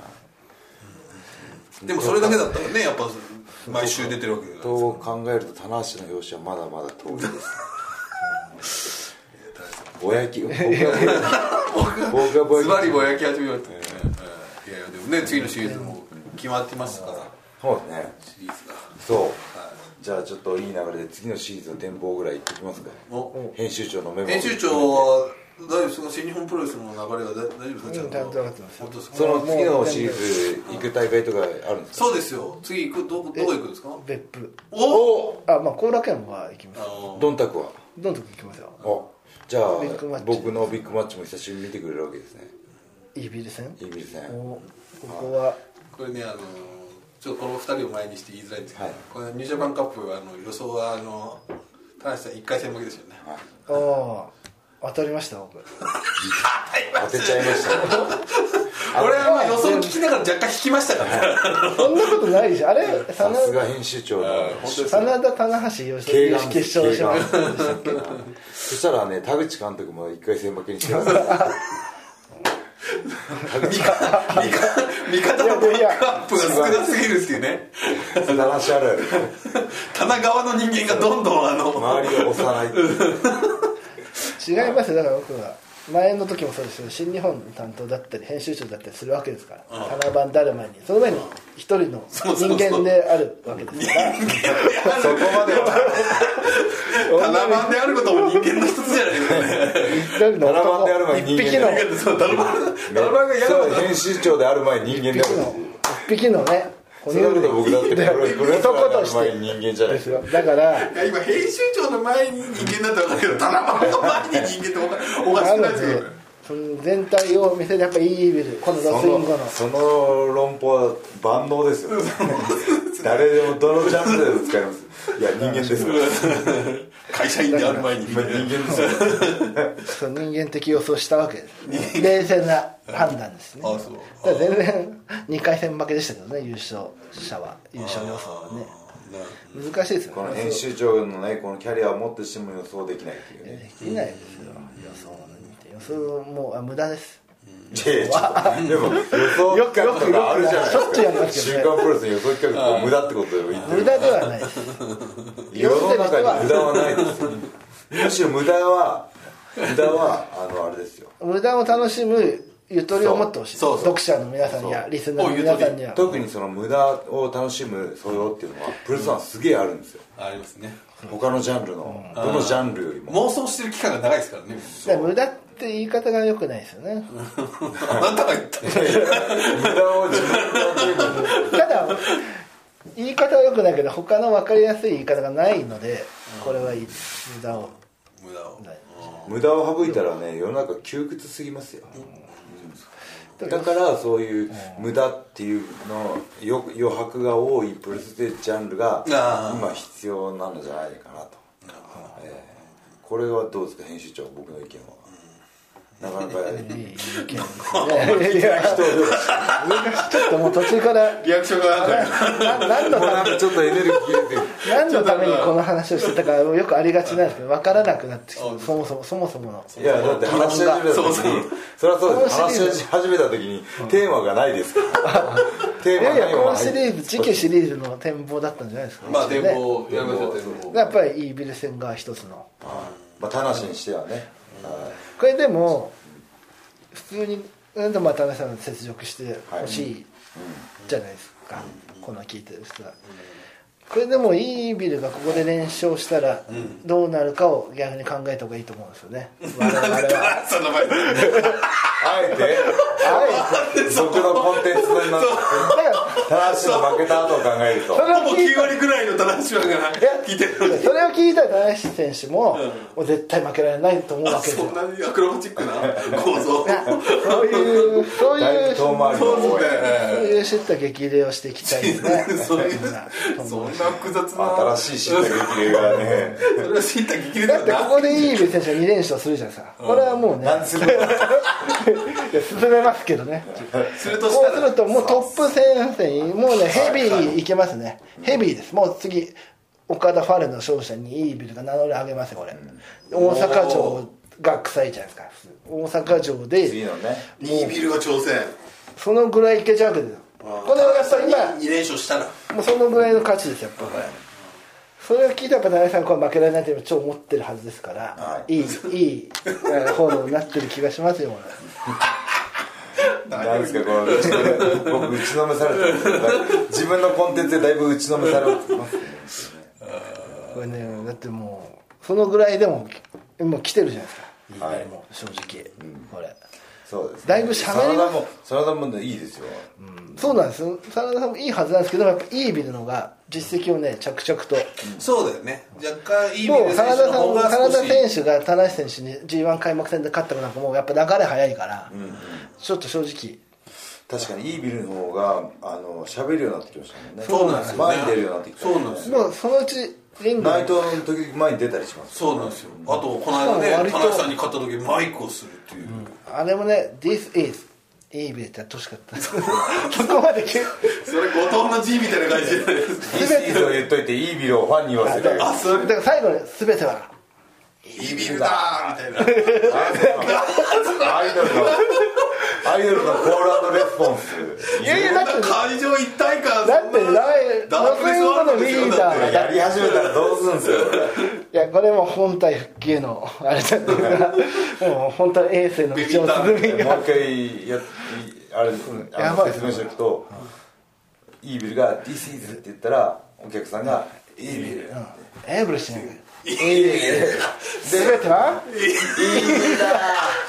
うん、でもそれだけだったらね、やっぱ毎週出てるわけですと考えると棚橋の表紙はまだまだ遠いですぼやき僕がズバリぼやき始めようって、えー、いやいやでもね次のシリーズも決まってますから。 そうですね、 シリーズがそう、はい、じゃあちょっといい流れで次のシリーズの展望ぐらいいってきますか。編集長のメモ。 編集長は大丈夫ですか。新日本プロレスの流れは大丈夫ですか。ちゃんと、うん、ちゃんと上がってます。 その次のシリーズ行く大会とかあるんですか。 そうですよ。次行くどどこ行くんですか。 別府。 おお。 あ、まあ後楽園は行きます。 ドンタクは。 ドンタク行きますよ。 お、じゃあ僕のビッグマッチも久しぶりに見てくれるわけですね。 イービル戦。 イービル戦。 ここはこれね、あのちょっとこのふたりを前にして言いづらいんですけど、はい、このニュージャパンカップあの予想はあの田中さんいっかい戦負けですよね。 はい、ああ当たりました僕。 当てちゃいましたね。 俺はまあ予想聞きながら若干引きましたからね。 そんなことないじゃん。あれさすが編集長の真田棚橋予想決勝しました。 そしたらね田口監督もいっかい戦負けにしてます。 味方のバックアップが少なすぎるっていうね。 話あるある。 棚側の人間がどんどんあの周りを押さない。 違いますよ。だから僕は前の時もそうですけど新日本の担当だったり編集長だったりするわけですから、棚番だるまにその上に一人の人間であるわけですから。 そこまでは棚番であることも人間の一つじゃないですかね。 棚番である前に人間だ。棚番がやること編集長である前に人間である。 一匹のね。 それだけど僕だってプロレスラーである前に人間じゃないですよ。 だから今編集長の前に人間だったら分かるけど棚番の前に人間っておかしくないですよね。 その全体を見せてやっぱいいビルこのロスインゴのその論法は万能ですよ。誰でもどのジャンルでも使えます。いや人間ですから会社員である前に人間ですよ。 そう人間的予想したわけです。冷静な判断ですね。 ああそう。 だから全然にかい戦負けでしたけどね優勝者は優勝予想はね難しいですよね。 この編集長のねこのキャリアを持ってしても予想できないっていうね。 できないですよ予想の予想もう無駄です。 いやいやでも予想企画とかあるじゃないですか。 しょっちゅうやりますけどね。 週刊プロレスの予想企画って無駄ってことでもいい。 無駄ではないです。 世の中に無駄はないですよ。むしろ無駄は無駄はあのあれですよ。 無駄を楽しむゆとりを持ってほしい。読者の皆さんやリスナーの皆さんには特にその無駄を楽しむ素養っていうのはプロレスはすげえあるんですよ。 ありますね。 他のジャンルのどのジャンルよりも妄想してる期間が長いですからね。 だから無駄って言い方が良くないですよね。 あなたが言った無駄を自分でただ言い方は良くないけど他の分かりやすい言い方がないのでこれはいい無駄を無駄を無駄を省いたらね世の中窮屈すぎますよ。だからそういう無駄っていうの余白が多いプロレスジャンルが今必要なのじゃないかなと、えー、これはどうですか編集長僕の意見は。なかなかいい意見ですね。いやちょっともう途中からリアクションが何のためにちょっとエネルギー何のためにこの話をしてたかよくありがちなんですけど分からなくなってきてそもそもそもそものいやだって話し始めた時にそれはそうです話し始めた時にテーマがないですからテーマがない。いやいやこのシリーズ次期シリーズの展望だったんじゃないですか。 まあ展望やりましょう展望やっぱりイービル戦が一つのまあ田無にしてはねこれでも普通になんとまあ田中さん雪辱してほしいじゃないですか、この聞いてる人は。これでもイービルがここで連勝したらどうなるかを逆に考えた方がいいと思うんですよね。我々はその前あえて僕のコンテンツになって棚橋の負けた後を考えるとほぼきゅう割ぐらいの棚橋が聞いてるのにそれを聞いた棚橋選手も、うん、もう絶対負けられないと思うわけですよ。 そんなにアクロバチックな構造そういうそういう遠回りの応援そういう知った激励をしていきたいですねそういうそんな複雑な新しい知った激励がねそれは知った激励だってここでイービル選手がに連勝するじゃないですか、うん、これはもうね何するのいや進めますけどねするとしたらこうするともうトップ戦線もうねヘビーいけますね、ヘビーです。もう次岡田ファレの勝者にイービルが名乗り上げますよこれ、うん、大阪城が臭いじゃないですか。大阪城で次のねイービルが挑戦そのぐらいいけちゃうわけですよ。これはやっぱり今に連勝したらもうそのぐらいの価値ですよやっぱこれ、それを聞いたらやっぱ成井さんこれ負けられないって超思ってるはずですから、はい、いいいいフォローになってる気がしますよなんですかこの僕打ちのめされて自分のコンテンツでだいぶ打ちのめされてますねこれねだってもうそのぐらいでももう来てるじゃないですか、はい、もう正直、うん、これそうですね、 だいぶしゃべります。 真田もいいですよ、 うん、そうなんですよ。真田さんもいいはずなんですけどやっぱイービルのが実績をね着々と、うん、 そうだよね若干イービル選手の方が真田選手が田中選手に ジーワン 開幕戦で勝ったのなんかもうやっぱ流れ早いから、うんうん、ちょっと正直確かにイービルの方があの喋るようになってきましたもんね。 そうなんですよ、ね、 前に出るようになってきた、ね、 そうなんですよ。 もうそのうちリング内藤の時前に出たりします。 そうなんですよ。あとこの間ね田中さんに勝った時マイクをするっていう、 うん、あれもね This is イービルってやってほしかったそこまでそれ後藤の G みたいな感じじゃないですか。 This is を言っといてイービルをファンに言わせてあそれだから最後に全てはイービルだーみたいなアイドルのアイドルのコール&レスポンスいやいやだって会場一体感だってロスインゴのリーダーやり始めたらどうするんですよいやこれも本体復帰へのあれじゃないですかもう本当に衛星の道を進みがもう一回やあれあの説明しておくとイービルが This is って言ったらお客さんがイービルエブリシングイービル全てはイービルだ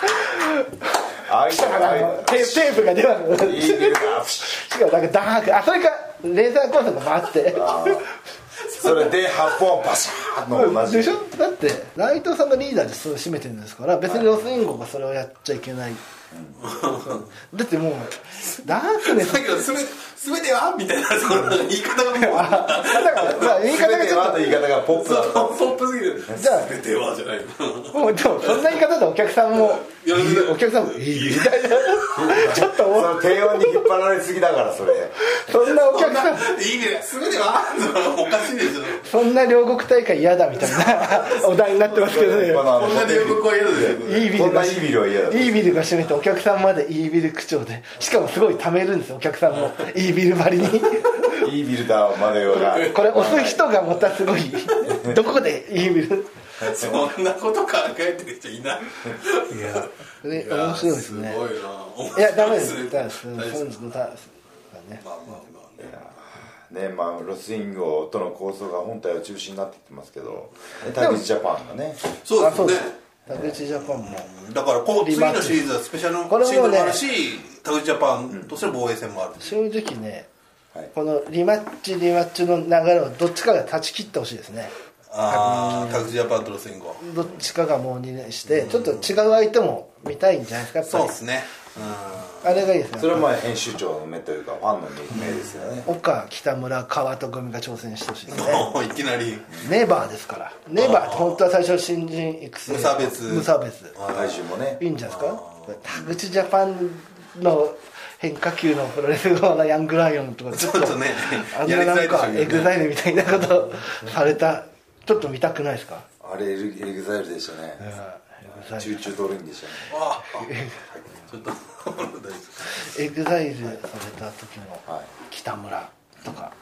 テープが出なくなる。しかもなんかダークあそれかレーザー光線が回ってそれで発砲バシャーの同じでしょ。だって内藤さんがリーダーでそれを締めてるんですから別にロスインゴがそれをやっちゃいけない、うん、だってもうダークネス全てはみたいなその言い方がもうだからまあ言い方がちょっと言い方がポップだったポップすぎるじゃあ全てはじゃないもうでもそんな言い方でお客さんもお客さんもいいみたいなちょっとその低音に引っ張られすぎだからそれそんなお客さんいいね全てはおかしいでしょそんな両国大会嫌だみたいなお題になってますけどねこんな両国は嫌ですよイービルがイービルが締めてお客さんまでイービル口調でしかもすごい貯めるんですよお客さんもイービル張りにイービルだまでがこれ押す人がまたすごいどこでイービルそんなこと考えてる人いないいやそれ面白いですねすごいないやダメですダメですそうですねまあまあまあねまあロスインゴとの構想が本体は中止になってきてますけど田口ジャパンがねそうですね田口ジャパンもだからこう次のシリーズはスペシャルシーズンもあるし田口ジャパンとしての防衛戦もある正直ねこのリマッチリマッチの流れをどっちかが断ち切ってほしいですねああタクジャパンとロスインゴどっちかがもうにねんしてちょっと違う相手も見たいんじゃないですかやっぱりそうですねあれがいいですねそれはまあ編集長の目というかファンの目ですよね岡北村川戸組が挑戦してほしいですねいきなりネバーですからネバーって本当は最初新人育成無差別無差別体重もねいいんじゃないですか田口ジャパンの変化球のプロレス側のヤングライオンとかちょっとねあんななんかエグザイルみたいなことされたちょっと見たくないですかあれエグザイルでしたねチューチュードルインでしたねあちょっとエグザイルされた時の北村とか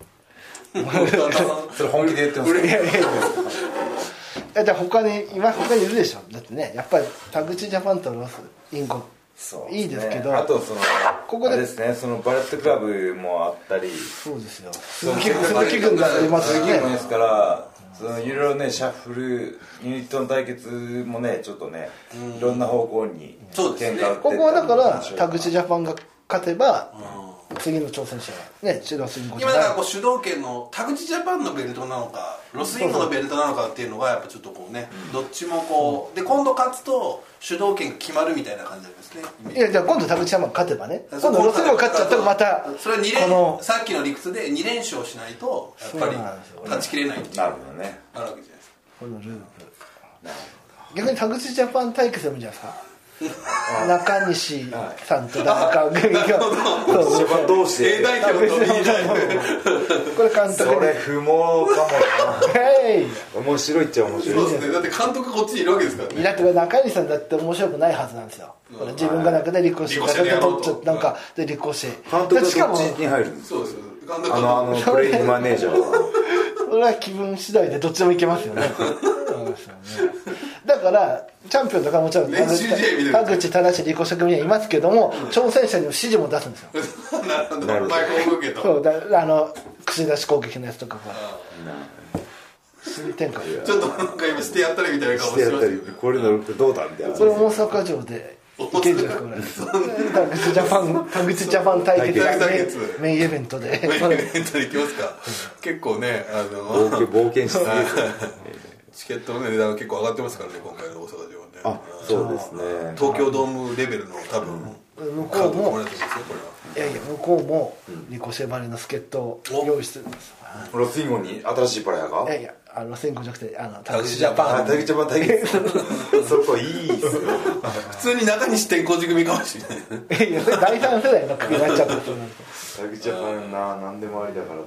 それ本気で言ってますかいやいやいやじゃあ他に今他にいるでしょだってねやっぱり田口ジャパンとロスインゴそう、 いいですけどあとそのここでですねそのバレットクラブもあったりそうですよ鈴木軍がありますよね鈴木軍ですからそのいろいろねシャッフルユニットの対決もねちょっとねいろんな方向にそうですね。 ここはだから田口ジャパンが勝てば次の挑戦者はねシドスインゴじゃない。 今だからこう主導権の田口ジャパンのベルトなのかロスインゴのベルトなのかっていうのがやっぱちょっとこうね、うん、どっちもこうで今度勝つと主導権が決まるみたいな感じなんですね。 いやじゃあ今度田口ジャパン勝てばね、今度ロスインゴ勝っちゃったらまたそれはに連さっきの理屈でに連勝しないとやっぱり勝ちきれないっていうなるほどねあるわけじゃないですか。 このループ逆に田口ジャパン対決でもいいんじゃないですか。中西さんと誰か組がどうして A 代表と B 代表これ監督それ不毛かもな面白いっちゃ面白い。 そうですね。だって監督こっちにいるわけですからね。 だって中西さんだって面白くないはずなんですよ。これ自分が中で立候補して取っちゃってなんかで立候補して監督がどっちに入るんですか。 そうです監督あのあのプレイマネージャーはそれは気分次第でどっちでもいけますよね。そうですよね。だからチャンピオンとかもちろん田口正立候補者組にはいますけども、挑戦者にも指示も出すんですよ。 なるほど。前攻撃と。 そうだあの串出し攻撃のやつとかが。展開。 ちょっとなんか今してやったりみたいな顔してますよね。 これのどうだみたいな。 それ大阪城で。いけんじゃないですかこれ。田口ジャパン田口ジャパン対決メインイベントで。 メインイベントで行きますか。結構ねあの冒険しすぎです。 チケットの値段結構上がってますからね今回の大阪城はね。 あ、そうですね。 東京ドームレベルの多分向こうもいやいや向こうもリコシェバレの助っ人を用意してるんです。 ロスインゴに新しいパラヤが？ いやいやあのロスインゴじゃなくてあの田口ジャパン。 田口ジャパン対決。そこいいっすよ。 普通に中西天候寺組かもしれない。 いやそれだいさん世代の組になっちゃったそうなんです。 田口ジャパンな何でもありだからな。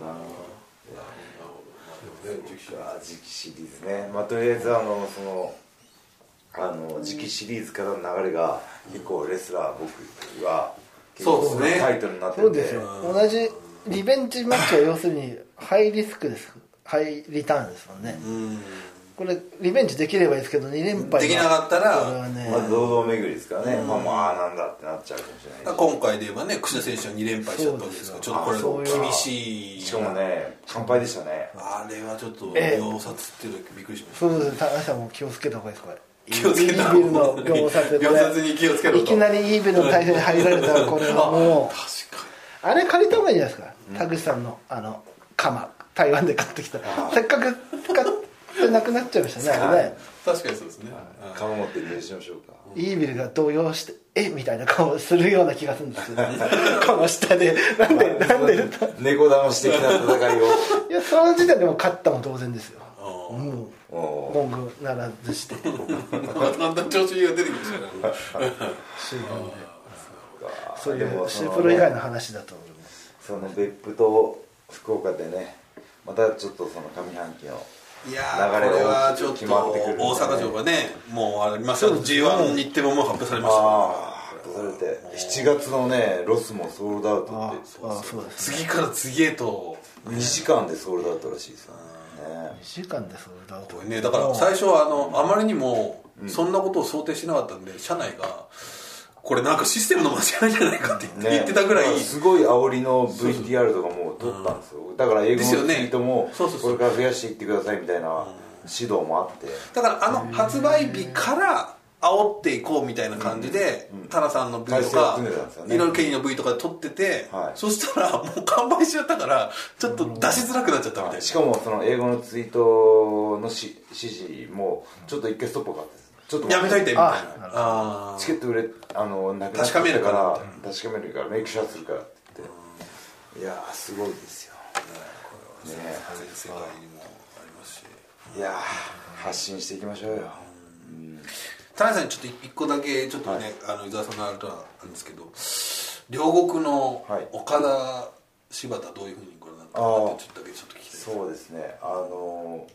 次期シリーズね、まあ、とりあえずあのそのあの次期シリーズからの流れが結構レスラー僕は結構タイトルになってて、 そうですよ。同じリベンジマッチは要するにハイリスクです。ハイリターンですもんね。うんこれリベンジできればいいですけどに連敗できなかったらこれはね、 まあ堂々巡りですからね、うん、まあまあなんだってなっちゃうかもしれない。 今回で言えばね櫛田選手はに連敗しちゃったわけですからちょっとこれ厳しい。 しかもね完敗でしたね。 あれはちょっと秒殺っていうのびっくりしました。 そうです田中さんも気をつけた方がいいですこれ。 気をつけたイービルの秒殺秒殺に気をつけろといきなりイービルの体勢に入られたらこれはもう確かにあれ借りた方がいいじゃないですか、うん、田口さんのあの鎌台湾で買ってきたせっかく使ってなくなっちゃいましたねあれね。 確かにそうですね。 鎌持って入れしましょうか。 イービルが動揺してえみたいな顔するような気がするんですよこの下でなんでなんで猫騙し的な戦いをいやその時点でも勝ったも同然ですよ。もう文句ならずしてだんだん調子が出てきましたね終盤でそういうシープロ以外の話だと思います。 その別府と福岡でねまたちょっとその上半期のいやーこれはちょっと大阪城がねもうありますよ ジーワン 日程ももう発表されましたから発表されてしちがつのねロスもソールドアウトってそうです次から次へとにじかんでソールドアウトらしいですよね。 にじかんでソールドアウトねだから最初はあのあまりにもそんなことを想定しなかったんで社内がこれなんかシステムの間違いじゃないかって言ってたぐらい、 ね、すごい煽りの ブイティーアール とかもう撮ったんですよ。だから英語のツイートもこれから増やしていってくださいみたいな指導もあって、 だからあの発売日から煽っていこうみたいな感じでタナさんの ブイ とかいろいろケニーの ブイ とかで撮ってて、そしたらもう完売しちゃったからちょっと出しづらくなっちゃったみたいな。 しかもその英語のツイートのし指示もちょっと一回ストップがあってちょっとやめといてみたいな。 あチケット売れあのなくなっちゃったから確かめるからメイクショアするからって言って、いやーすごいですよ、ね、これはね全世界にもありますし、 いや発信していきましょうよ。 田中さんにちょっと一個だけちょっとね、はい、あの伊沢さんのあれとなんですけど両国の岡田柴田どういうふうにご覧になったかってちょっとだけちょっと聞きたいです。 そうですねあの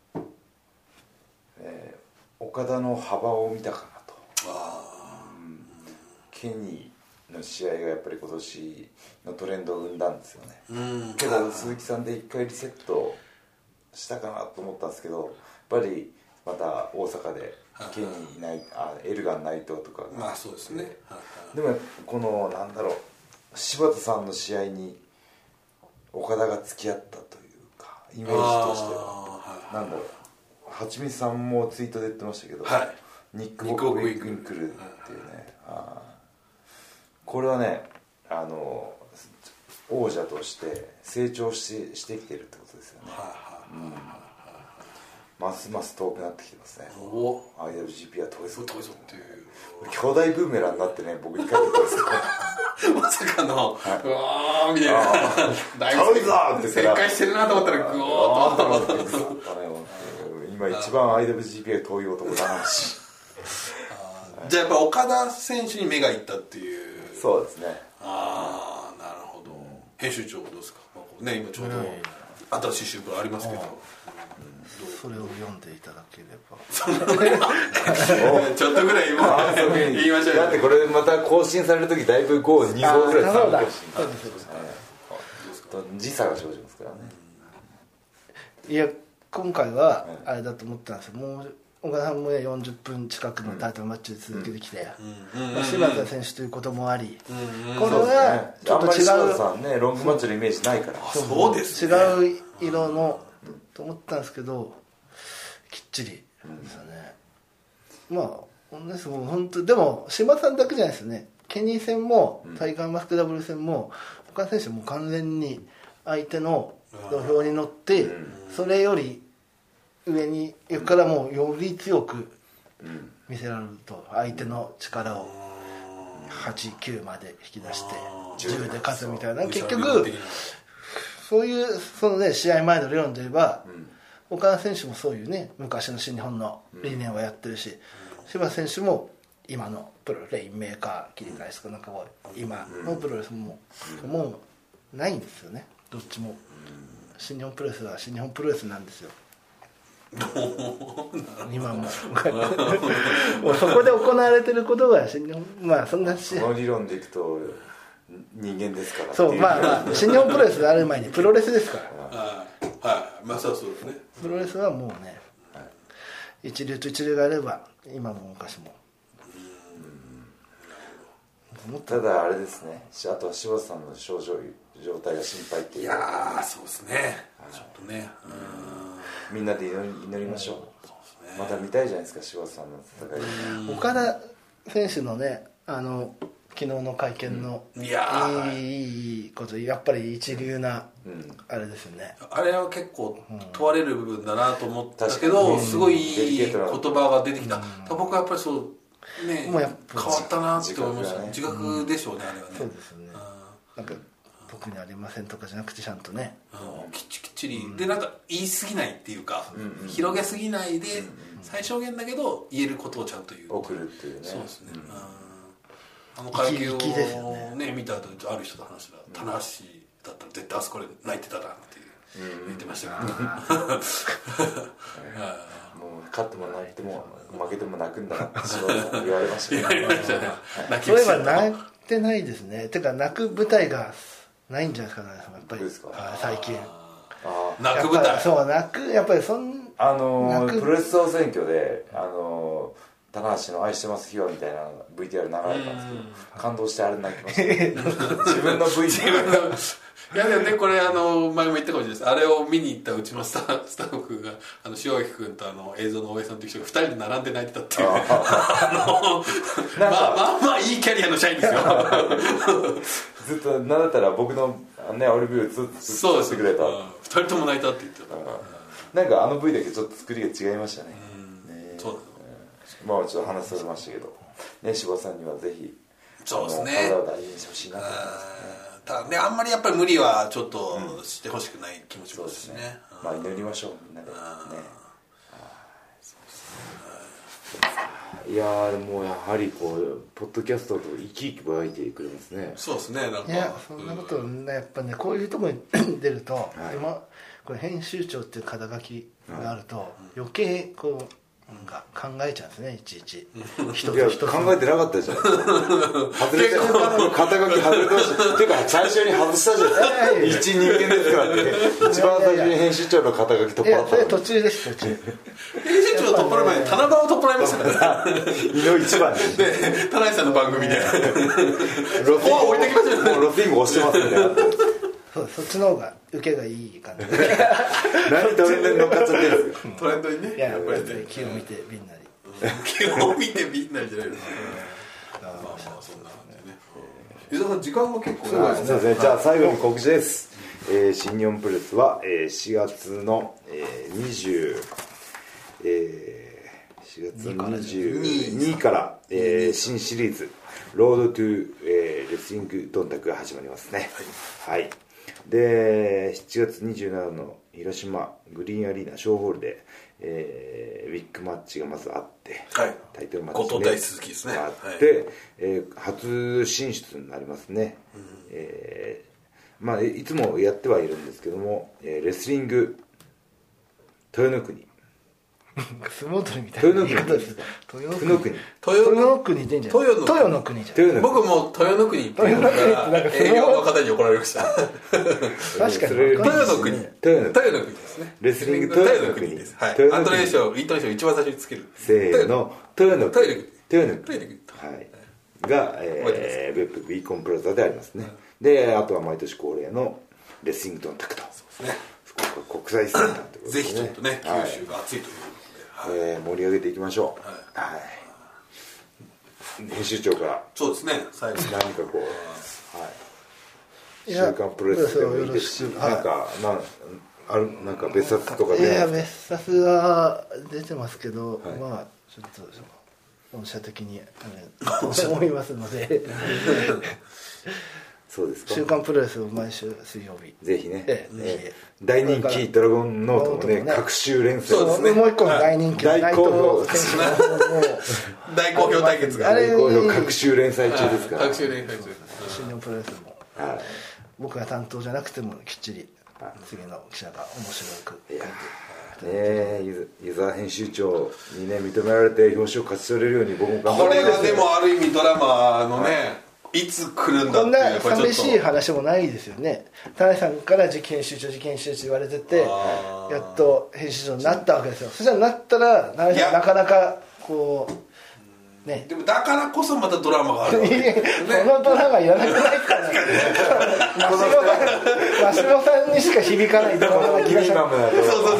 えー岡田の幅を見たかなと。あ、うん、ケニーの試合がやっぱり今年のトレンドを生んだんですよね。うんけど鈴木さんで一回リセットしたかなと思ったんですけどやっぱりまた大阪でケニーないあエルガン内藤とかがまあそうですね。 でもこのなんだろう柴田さんの試合に岡田が付き合ったというかイメージとしてはなんだろう、はちみつさんもツイートで言ってましたけど、 はい、 ニック・ボック・ウィンクルっていうね、あこれはね、あの王者として成長してしてきてるってことですよね、うん、ますます遠くなってきてますね。お アイダブリュージーピー は遠いぞ遠いぞっていう兄弟ブーメランになってね、僕に書いてたんですけどまさかの、はい、うわーみたいな遠いぞって言ったら正解してるなと思ったらグオーッと今一番 アイダブリュージーピー が遠い男だなしじゃあやっぱ岡田選手に目がいったっていう。 そうですね。 ああなるほど、うん、編集長どうですか、ね、今ちょうど新しい週刊ありますけど、 それを読んでいただければちょっとぐらい今言いましょうよ。 だってこれまた更新される時だいぶご、にごぐらいそうだ時差が生じますからね。 いや今回はあれだと思ったんですよ。もう岡田さんもよんじゅっぷん近くのタイトルマッチで続けてきて、柴田選手ということもあり、これはちょっと違う、 柴田さんねロングマッチのイメージないから、 そうですね、 違う色のと思ったんですけどきっちりですよね。まあ同じもう本当でも柴田さんだけじゃないですよね。ケニー戦もタイガーマスクダブル戦も岡田選手も完全に相手の土俵に乗ってそれより上に行くからもうより強く見せられると、相手の力をはち、きゅうまで引き出してじゅうで勝つみたいな、結局そういうそのね試合前の理論で言えば岡田選手もそういうね昔の新日本の理念をやってるし、柴田選手も今のプロレインメーカー切り返すかなんかは今のプロレスももうないんですよね。どっちも新日本プロレスは新日本プロレスなんですよ今ももうそこで行われてることが新日本、まあそんなしこの理論でいくと人間ですからそう、まあまあ新日本プロレスである前にプロレスですからはいはいまあそうそうですね。 プロレスはもうね、はい、一流と一流があれば今も昔もうんただあれですね、あとは柴田さんの症状状態が心配っていう。 いやーそうですね、はい、ちょっとねうんみんなで祈り、祈りましょう、うんそうですね、また見たいじゃないですか柴田さんの戦い。 岡田選手のねあの昨日の会見の、うん、いやいいことやっぱり一流な、うん、あれですよね。 あれは結構問われる部分だなと思ったけど、うん、すごいいい言葉が出てきた、うん、僕はやっぱりそうねもうやっぱ変わったなって思いましたね。自覚でしょうね、うん、あれはね。 そうですね。なんか特にありませんとかじゃなくてちゃんとね、 うん、きっちりきっちり、うん、でなんか言い過ぎないっていうか、うん、広げすぎないで、うん、最小限だけど言えることをちゃんと言う送るっていうね。 そうですね、うん、あの会見を ね, ね見た後ある人と話したら、棚橋だったら絶対あそこで泣いてたなっていう、うん、言ってましたけど、もう勝っても泣いても負けても泣くんだなって言われましたね。 言われましたね。そういえば泣いてないですね。てか泣く舞台がないんじゃないですかね、やっぱり最近。 あ泣く舞台。 そう泣くやっぱりそんあのプロレス総選挙であの棚橋の愛してます日はみたいな ブイティーアール 流れたんですけど、感動してあれ泣きました自分の ブイティーアールいやでもねこれあの前も言ったかもしれないです。あれを見に行ったうちのスタッフがあの塩垣君とあの映像の大江さんという人がふたりで並んで泣いてたっていうねあのまあまあまあいいキャリアの社員ですよずっとなんだったら僕のねオリビューずっとそうしてくれたふたりとも泣いたって言ってた。なんかあの V だけちょっと作りが違いましたね。 うんねそうだ、 まあちょっと話されましたけどね、柴田さんにはぜひそうですね体を大事にしてほしいなと思いますね。 ただねあんまりやっぱり無理はちょっとしてほしくない気持ちもですね、うん、そうですね、 まあ祈りましょうみんなでね。いやでもやはりこうポッドキャストと生き生き湧いてくれますね。 そうですね。なんかいやそんなことねやっぱねこういうところに出ると、はい、今これ編集長っていう肩書きがあると、はい、余計こうなんか考えちゃうんですねいちいち一つ一つ考えてなかったじゃん外れて肩書き外れてましたっていうか最初に外したじゃん一人間ですからって一番最初に編集長の肩書き取っ払ったの。いや途中です途中編集長を取っ払う前に棚場を取っ払いましたからね井の一番で田中さんの番組でロスイングもうロスイング押してますみたいなそうです、そっちの方が受けがいい感じで何トレンドに乗っかっちゃってるんですか。 トレンドにね、 いややっぱりね、 気を見てみんなに気を見てみんなにじゃないですか。まあまあそんな感じでね。伊沢さん時間も結構長いですね。 そうですね。じゃあ最後に告知です。えー、新日本プロレスは、えー、しがつの、えー、にじゅう、えー、しがつにじゅうにから、えー、新シリーズロードトゥ、えー、レスリングドンタクが始まりますね。はい、はい、でしちがつにじゅうしちにちの広島グリーンアリーナショーホールで、えー、ウィッグマッチがまずあって、はい、タイトルマッチ、ね、 後藤大鈴木ですねあって、はい、えー、初進出になりますね、うん、えー、まあ、いつもやってはいるんですけども、えー、レスリング豊の国相撲取りみたいな言い方です。 豊の国豊の国でいいんじゃない。豊の国じゃん。 僕も豊の国っていうのが営業の方に怒られました。 確かに豊の国、豊の国ですね。 レスリング豊の国です。 はい。アントレーション、イントネーション一番最初につける。 せーの、豊の国。豊の国。 はい。 が、えー、別府ビーコンプラザでありますね。で、あとは毎年恒例のレスリングドンタクト。そうですね。福岡国際センターということで、ね、 ぜひちょっとね、九州が熱いということで、 はい、えー、盛り上げていきましょう。はい。はい、編集長からそうですね、最後に何かこう、はい、週刊プロレスでもいいですし、なんかなんあるなんか別冊とかで、 いや別冊は出てますけど、はい、まあちょっと本社的にあれと思いますので。 そうですか。 週刊プロレスを毎週水曜日ぜひね、 ええ、 大人気ドラゴンノートもね、各週連載ですね。もう一個の大人気大好評大好評対決が大好評各週連載中ですから。 各週連載中。 新日本プロレスも僕が担当じゃなくてもきっちり次の記者が面白く書いて。 ね、湯沢編集長にね認められて表紙を勝ち取れるように僕も頑張って。 これはでもある意味ドラマのね。いつ来るんだっていうこんな寂しい話もないですよね。田中さんから次期編集長次期編集長言われててやっと編集長になったわけですよ。そしたらなったら田中さんなかなかこうね、 でもだからこそまたドラマがあるわけ、ね、 そのドラマいらなくないですかね。真島さんにしか響かないドラマな気がします。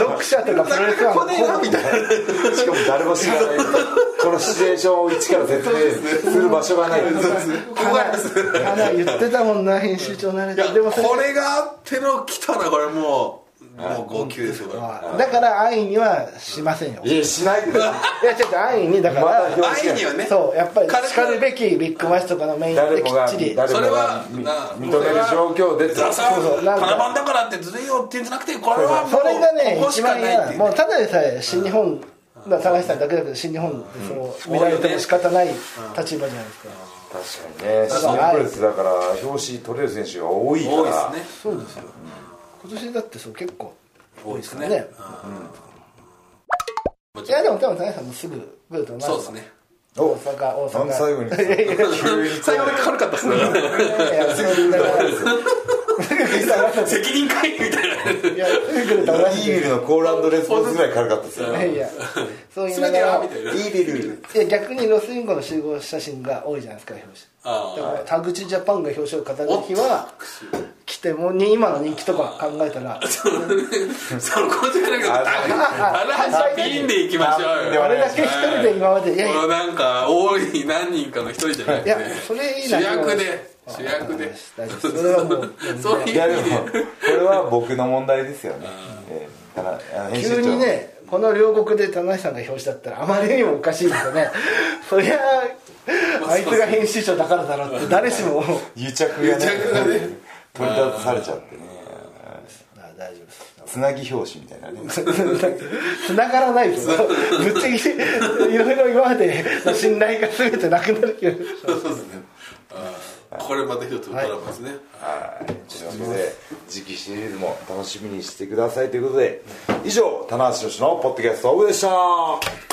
読者とかプロレスファンみたいな、 しかも誰も知らないこのシチュエーションを一から説明する場所がない。 花言ってたもんな、編集長なれて。 でもこれがあっての来たな、これもうもう号泣ですよ。 だから安易にはしませんよ。 いやしないで。いやちょっと安易にだから安易にはね。 そうやっぱりしかるべきビッグマッチとかのメインできっちり。 それは認める状況で。 そうそう。カナバンだからってずるいよって言うんじゃなくて、これはもうそれがね一番嫌。もうただでさえ新日本田中さんだけだけど新日本でそう見られても仕方ない立場じゃないですか。 確かにね。新日本プロレスだから表紙取れる選手が多いから。 多いですね。 そうですよ。今年だってそう結構多いですからね。いやでも多分田中さんもすぐ来ると思います。 そうですね。 大阪大阪。 最後に最後に軽かったっすね。責任会議みたいな。いやイービルのコール&レスポンスぐらい軽かったっすよ。 いやそういうのがイービル。いや逆にロスインゴの集合写真が多いじゃないですか表紙。だから田口ジャパンが表紙を飾る日は来ても今の人気とか考えたらそのことじゃなくて話ピンでいきましょうよ。 あれだけ一人で今までいやいやなんか多い何人かの一人じゃなくて主役で主役でそれはもうそういういやでもこれは僕の問題ですよね。 急にねこの両国で田中さんが表紙だったらあまりにもおかしいですよね。そりゃあいつが編集長だからだろうって誰しも癒着がね取り立たされちゃってね。 大丈夫です。 つなぎ表紙みたいなね。 つながらないですよ。ぶっちゃけいろいろ今までの信頼が全てなくなるけど。 そうですね。これまた一つドラマですね。 はい。というわけで次期シリーズも楽しみにしてくださいということで以上棚橋宏のポッドキャストオフでした。